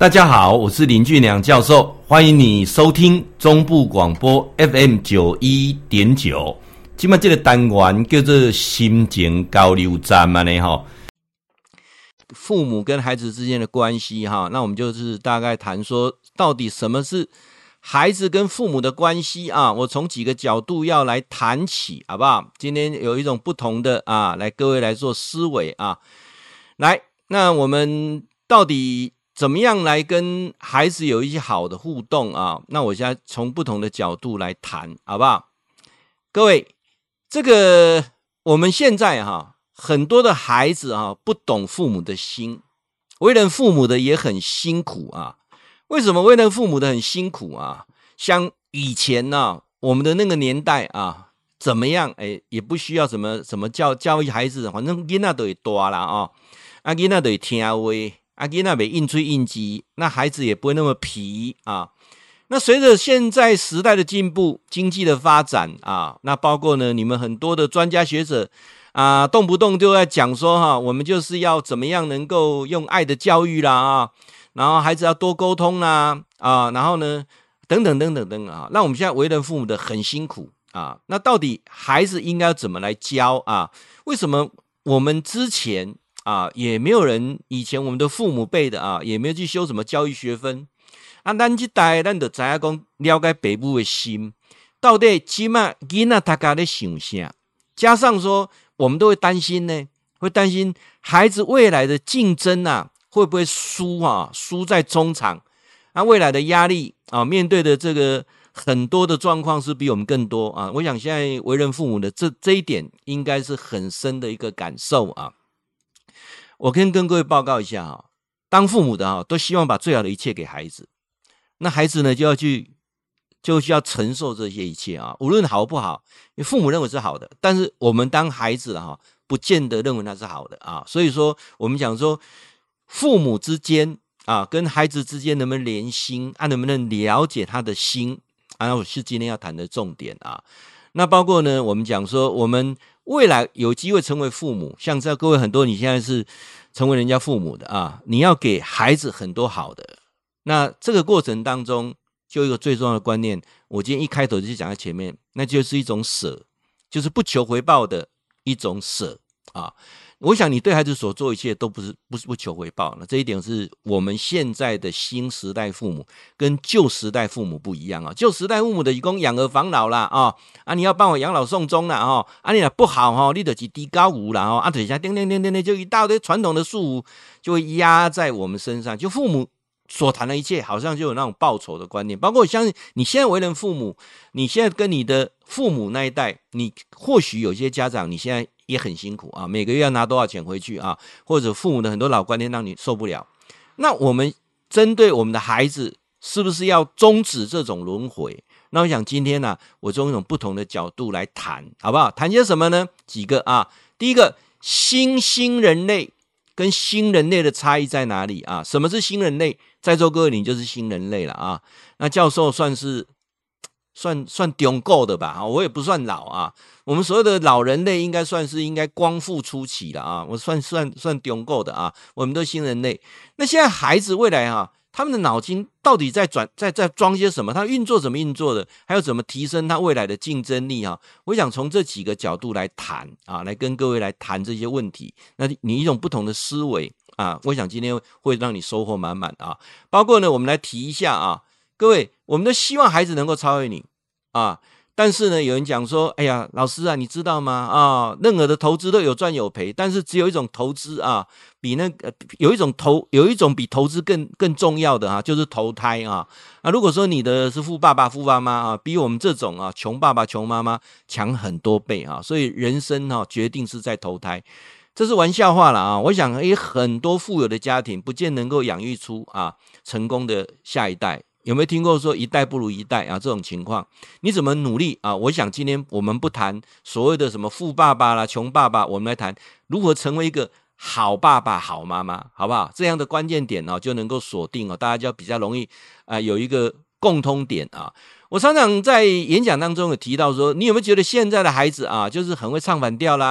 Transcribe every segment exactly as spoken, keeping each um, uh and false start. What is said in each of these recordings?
大家好，我是林俊良教授，欢迎你收听中部广播 F M 九一点九。今麦这个单元叫做心情交流站嘛呢哈。父母跟孩子之间的关系哈，那我们就是大概谈说，到底什么是孩子跟父母的关系啊？我从几个角度要来谈起，好不好？今天有一种不同的啊，来各位来做思维啊。来，那我们到底怎么样来跟孩子有一些好的互动啊？那我现在从不同的角度来谈，好不好？各位，这个我们现在哈、啊，很多的孩子啊不懂父母的心，为人父母的也很辛苦啊。为什么为人父母的很辛苦啊？像以前呢、啊，我们的那个年代啊，怎么样？哎，也不需要什么什么教教育孩子，反正囡仔都会大啦啊，啊囡仔都会听话。啊，囡仔袂应吹应激，那孩子也不会那么皮啊。那随着现在时代的进步，经济的发展啊，那包括呢，你们很多的专家学者啊，动不动就在讲说哈，我们就是要怎么样能够用爱的教育啦啊，然后孩子要多沟通啦啊，然后呢，等等等等等啊，那我们现在为人父母的很辛苦啊。那到底孩子应该怎么来教啊？为什么我们之前啊，也没有人，以前我们的父母辈的啊，也没有去修什么教育学分啊。咱这代咱就知影讲了解父母的心，到底起码囡仔大家在想啥？加上说，我们都会担心呢，会担心孩子未来的竞争啊，会不会输啊？输在中场，啊，未来的压力啊，面对的这个很多的状况是比我们更多啊。我想现在为人父母的这这一点，应该是很深的一个感受啊。我跟跟各位报告一下哈，当父母的哈都希望把最好的一切给孩子，那孩子呢就要去就需要承受这些一切啊，无论好不好，因为父母认为是好的，但是我们当孩子哈不见得认为那是好的啊，所以说我们讲说父母之间啊跟孩子之间能不能连心啊，能不能了解他的心啊，我是今天要谈的重点啊。那包括呢，我们讲说我们未来有机会成为父母，像这各位很多你现在是成为人家父母的啊，你要给孩子很多好的。那这个过程当中，就一个最重要的观念，我今天一开头就讲在前面，那就是一种舍，就是不求回报的一种舍啊。我想你对孩子所做一切都不是不是不求回报，那这一点是我们现在的新时代父母跟旧时代父母不一样啊。旧时代父母的供养儿防老啦啊，啊你要帮我养老送终啦啊，啊你若不好哈，你就是低高五啦啊，等一下叮叮叮叮叮就一大堆传统的束缚就会压在我们身上，就父母所谈的一切好像就有那种报仇的观念。包括我相信你现在为人父母，你现在跟你的父母那一代，你或许有些家长你现在也很辛苦啊，每个月要拿多少钱回去啊，或者父母的很多老观念让你受不了。那我们针对我们的孩子，是不是要终止这种轮回？那我想今天呢、啊，我从一种不同的角度来谈，好不好？谈些什么呢？几个啊，第一个，新兴人类跟新人类的差异在哪里啊？什么是新人类？在座各位你就是新人类了啊。那教授算是算算中够的吧，我也不算老啊。我们所有的老人类应该算是应该光复初期了啊，我算算算中够的啊。我们都新人类。那现在孩子未来啊，他们的脑筋到底在转在在装些什么？他运作怎么运作的？还有怎么提升他未来的竞争力啊？我想从这几个角度来谈啊，来跟各位来谈这些问题。那你一种不同的思维啊，我想今天会让你收获满满啊。包括呢，我们来提一下啊，各位，我们都希望孩子能够超越你啊。但是呢，有人讲说，哎呀，老师啊，你知道吗？啊，任何的投资都有赚有赔，但是只有一种投资啊，比那个有一种投有一种比投资更更重要的啊，就是投胎啊。啊，如果说你的是富爸爸富妈妈啊，比我们这种啊穷爸爸穷妈妈强很多倍啊，所以人生啊决定是在投胎。这是玩笑话了啊！我想，诶，很多富有的家庭不见能够养育出啊成功的下一代。有没有听过说一代不如一代啊这种情况？你怎么努力啊？我想今天我们不谈所谓的什么富爸爸啦、穷爸爸，我们来谈如何成为一个好爸爸、好妈妈，好不好？这样的关键点哦、啊，就能够锁定哦、啊，大家就比较容易啊有一个共通点啊。我常常在演讲当中有提到说，你有没有觉得现在的孩子啊，就是很会唱反调啦，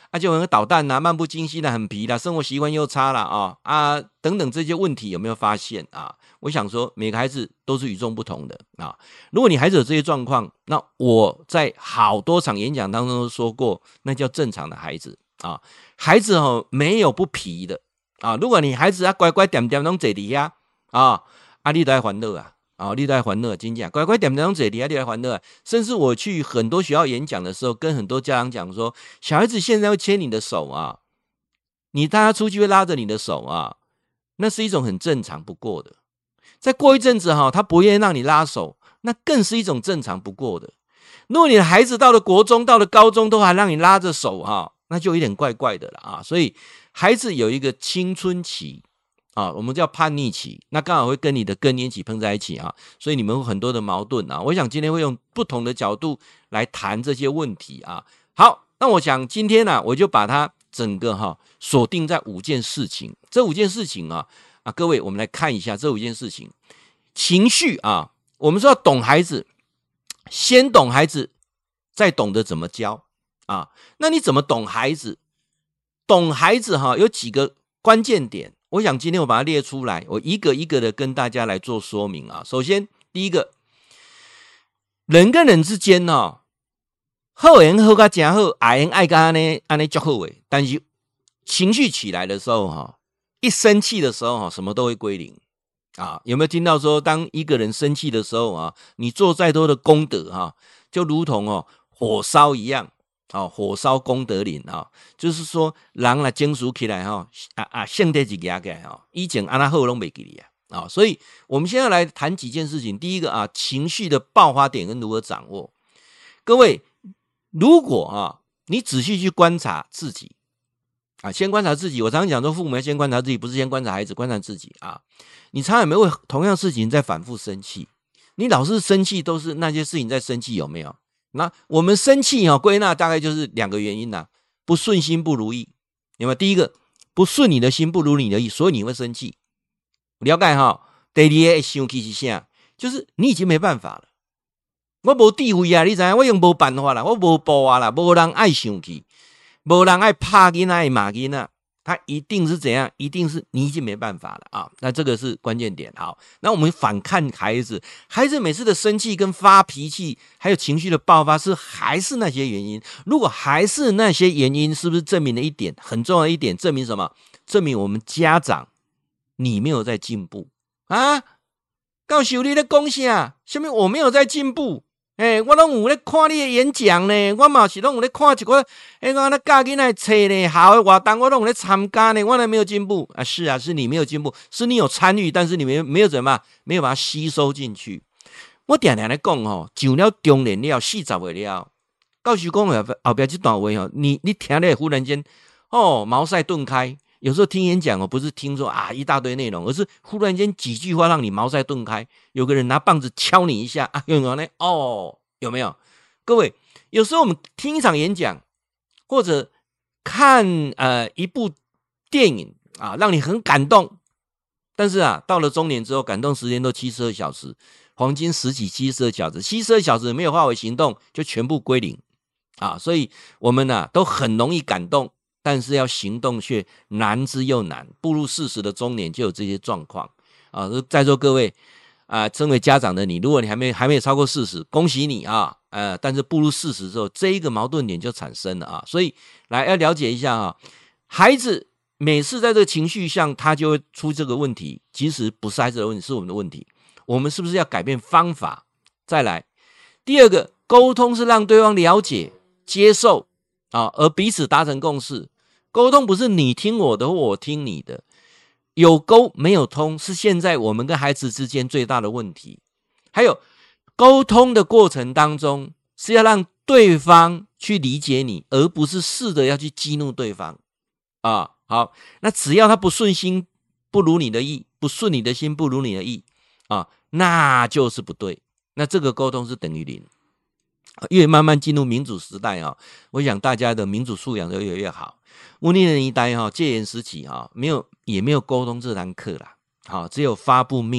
啊，就很捣蛋啦、漫不经心啦、很皮啦、生活习惯又差啦啊啊等等这些问题有没有发现啊？我想说，每个孩子都是与众不同的啊。如果你孩子有这些状况，那我在好多场演讲当中都说过，那叫正常的孩子啊。孩子哦没有不皮的啊。如果你孩子啊乖乖点点拢坐底下啊，啊你都要烦恼啊。哦，你都要烦恼，真正乖乖点点坐底下，你都要烦恼。甚至我去很多学校演讲的时候，跟很多家长讲说，小孩子现在会牵你的手啊，你带他出去会拉着你的手啊，那是一种很正常不过的。再过一阵子哈，他不愿意让你拉手，那更是一种正常不过的。如果你的孩子到了国中、到了高中都还让你拉着手哈，那就有点怪怪的了啊。所以孩子有一个青春期。啊，我们叫叛逆期，那刚好会跟你的更年期碰在一起啊，所以你们有很多的矛盾啊。我想今天会用不同的角度来谈这些问题啊。好，那我想今天呢、啊，我就把它整个哈、啊、锁定在五件事情。这五件事情啊啊，各位我们来看一下这五件事情。情绪啊，我们说要懂孩子，先懂孩子，再懂得怎么教啊。那你怎么懂孩子？懂孩子哈、啊，有几个关键点。我想今天我把它列出来，我一个一个的跟大家来做说明啊。首先，第一个，人跟人之间哦，好言好甲真好，爱言爱甲安尼安尼足好诶。但是情绪起来的时候哈，一生气的时候哈，什么都会归零啊。有没有听到说，当一个人生气的时候啊，你做再多的功德哈，就如同哦火烧一样。哦，火烧功德林啊、哦，就是说人来蒸熟起来哈、哦，啊啊，现在一压起来哈，以前安那好拢袂记哩啊，啊、哦，所以我们现在来谈几件事情。第一个啊，情绪的爆发点跟如何掌握。各位，如果啊，你仔细去观察自己啊，先观察自己。我常常讲说，父母要先观察自己，不是先观察孩子，观察自己啊。你常常有没有为同样事情在反复生气？你老是生气，都是那些事情在生气，有没有？那我们生气哦，归纳大概就是两个原因啦、啊，不顺心不如意，有没有？第一个，不顺你的心不如你的意，所以你会生气，了解哈？第二个生气是啥？就是你已经没办法了，我没智慧啊，你知道我用没办法啦，我没步啊啦，没人爱生气，没人爱拍囡爱骂囡啊。他一定是怎样？一定是你已经没办法了啊！那这个是关键点。好，那我们反看孩子，孩子每次的生气跟发脾气，还有情绪的爆发，是还是那些原因？如果还是那些原因，是不是证明了一点很重要的一点？证明什么？证明我们家长你没有在进步啊！告诉你在讲啥？什么我没有在进步？欸、我拢有咧看你的演讲呢，我嘛是拢有咧看一个，哎、欸，我那教囡仔册呢，好的活动我拢有咧参加呢，我还没有进步啊！是啊，是你没有进步，是你有参与，但是你没没有怎么，没有把它吸收进去。我常常咧讲吼，上了中年了，四十岁了，告诉讲后后边这段话吼，你你听了忽然间哦，茅塞顿开。有时候听演讲哦，不是听说啊一大堆内容，而是忽然间几句话让你茅塞顿开。有个人拿棒子敲你一下啊，有没有呢？哦，有没有？各位，有时候我们听一场演讲，或者看呃一部电影啊，让你很感动，但是啊，到了中年之后，感动时间都七十二小时，黄金时期七十二小时，七十二小时没有化为行动，就全部归零啊。所以我们啊都很容易感动。但是要行动却难之又难，步入四十的中年就有这些状况啊！在座各位啊，身为家长的你，如果你还没还没有超过四十，恭喜你啊！呃，但是步入四十之后，这一个矛盾点就产生了啊！所以来要了解一下啊，孩子每次在这个情绪上，他就会出这个问题，其实不是孩子的问题，是我们的问题。我们是不是要改变方法？再来，第二个，沟通是让对方了解、接受啊，而彼此达成共识。沟通不是你听我的或我听你的，有沟没有通是现在我们跟孩子之间最大的问题。还有沟通的过程当中是要让对方去理解你，而不是试着要去激怒对方啊。好，那只要他不顺心不如你的意，不顺你的心不如你的意啊，那就是不对。那这个沟通是等于零。越慢慢进入民主时代啊，我想大家的民主素养就越来越好。我那年代哈，戒严时期哈，没有也没有沟通这堂课啦，好，只有发布命令，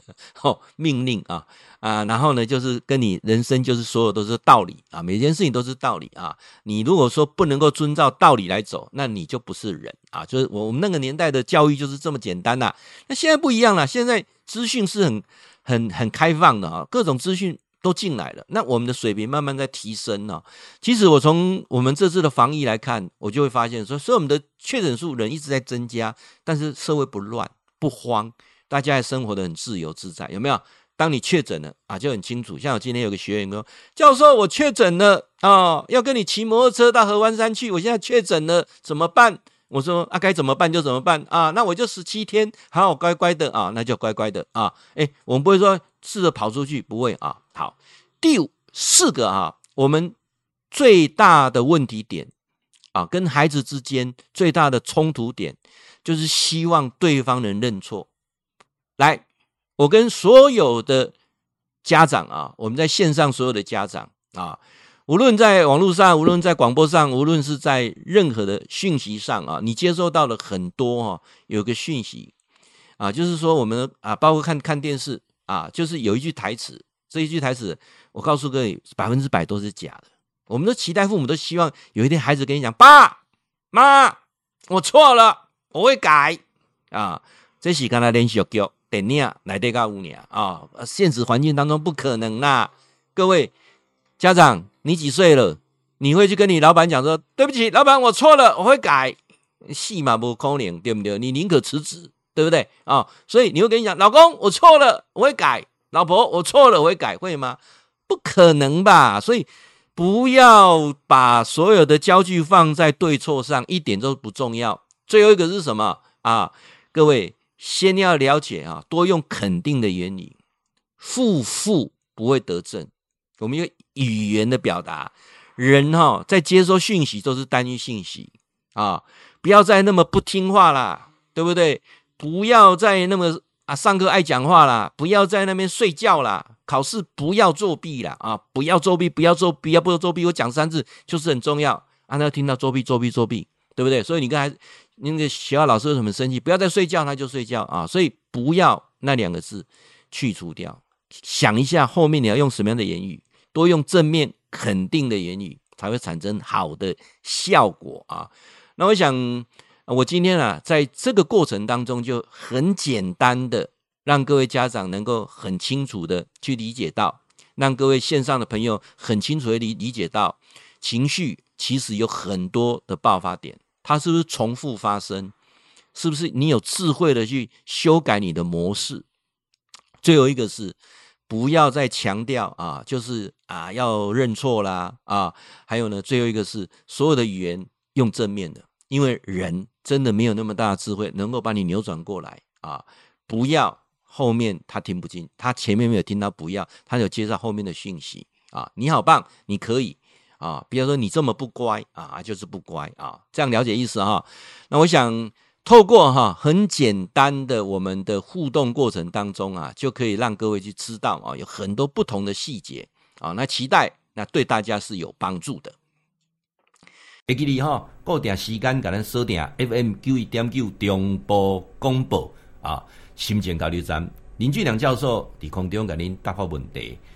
哦命令啊啊，然后呢就是跟你人生就是所有都是道理啊，每件事情都是道理啊。你如果说不能够遵照道理来走，那你就不是人啊。就是我们那个年代的教育就是这么简单呐、啊。那现在不一样了，现在资讯是很很很开放的啊，各种资讯都进来了，那我们的水平慢慢在提升呢、啊。其实我从我们这次的防疫来看，我就会发现说，所以我们的确诊数人一直在增加，但是社会不乱不慌，大家还生活得很自由自在，有没有？当你确诊了啊，就很清楚。像我今天有个学员说，教授我确诊了啊，要跟你骑摩托车到合欢山去，我现在确诊了怎么办？我说啊，该怎么办就怎么办啊，那我就十七天好好乖乖的啊，那就乖乖的啊。诶，我们不会说试着跑出去，不会啊。好，第四个啊，我们最大的问题点啊，跟孩子之间最大的冲突点，就是希望对方能认错。来，我跟所有的家长啊，我们在线上所有的家长啊，无论在网络上，无论在广播上，无论是在任何的讯息上啊，你接收到了很多啊，有个讯息啊，就是说我们啊，包括看看电视啊，就是有一句台词，这一句台词，我告诉各位，百分之百都是假的。我们的期待父母都希望有一天孩子跟你讲，爸妈，我错了，我会改啊，这是刚才连续剧电影来得个五年啊，现实环境当中不可能啦。各位家长，你几岁了？你会去跟你老板讲说，对不起，老板，我错了，我会改。戏嘛不可能，对不对？你宁可辞职，对不对啊？所以你会跟你讲，老公，我错了，我会改。老婆，我错了，我会改，会吗？不可能吧？所以不要把所有的焦距放在对错上，一点都不重要。最后一个是什么啊？各位。先要了解啊，多用肯定的言语，负负不会得正。我们有语言的表达，人哈、哦、在接收讯息都是单一信息啊，不要再那么不听话啦，对不对？不要再那么啊上课爱讲话啦，不要在那边睡觉啦，考试不要作弊啦啊，不要作弊，不要作弊，不要作弊，我讲三次就是很重要啊，那听到作弊作弊作弊，对不对？所以你跟孩子。那个学校老师为什么生气？不要再睡觉，他就睡觉啊！所以不要那两个字去除掉，想一下后面你要用什么样的言语，多用正面肯定的言语，才会产生好的效果啊！那我想，我今天啊，在这个过程当中，就很简单的让各位家长能够很清楚的去理解到，让各位线上的朋友很清楚的理理解到，情绪其实有很多的爆发点。它是不是重复发生？是不是你有智慧的去修改你的模式？最后一个是不要再强调啊，就是啊要认错啦啊，还有呢，最后一个是所有的语言用正面的，因为人真的没有那么大的智慧能够把你扭转过来啊！不要后面他听不进，他前面没有听到不要，他有接到后面的讯息啊，你好棒，你可以。啊，比如说你这么不乖啊，就是不乖啊，这样了解意思哈。那我想透过哈很简单的我们的互动过程当中啊，就可以让各位去知道啊，有很多不同的细节啊。那期待那对大家是有帮助的。 会记你哈，固定时间给咱锁定 F M 九一点九中波广播啊，心情交流站林俊良教授在空中给您答复问题。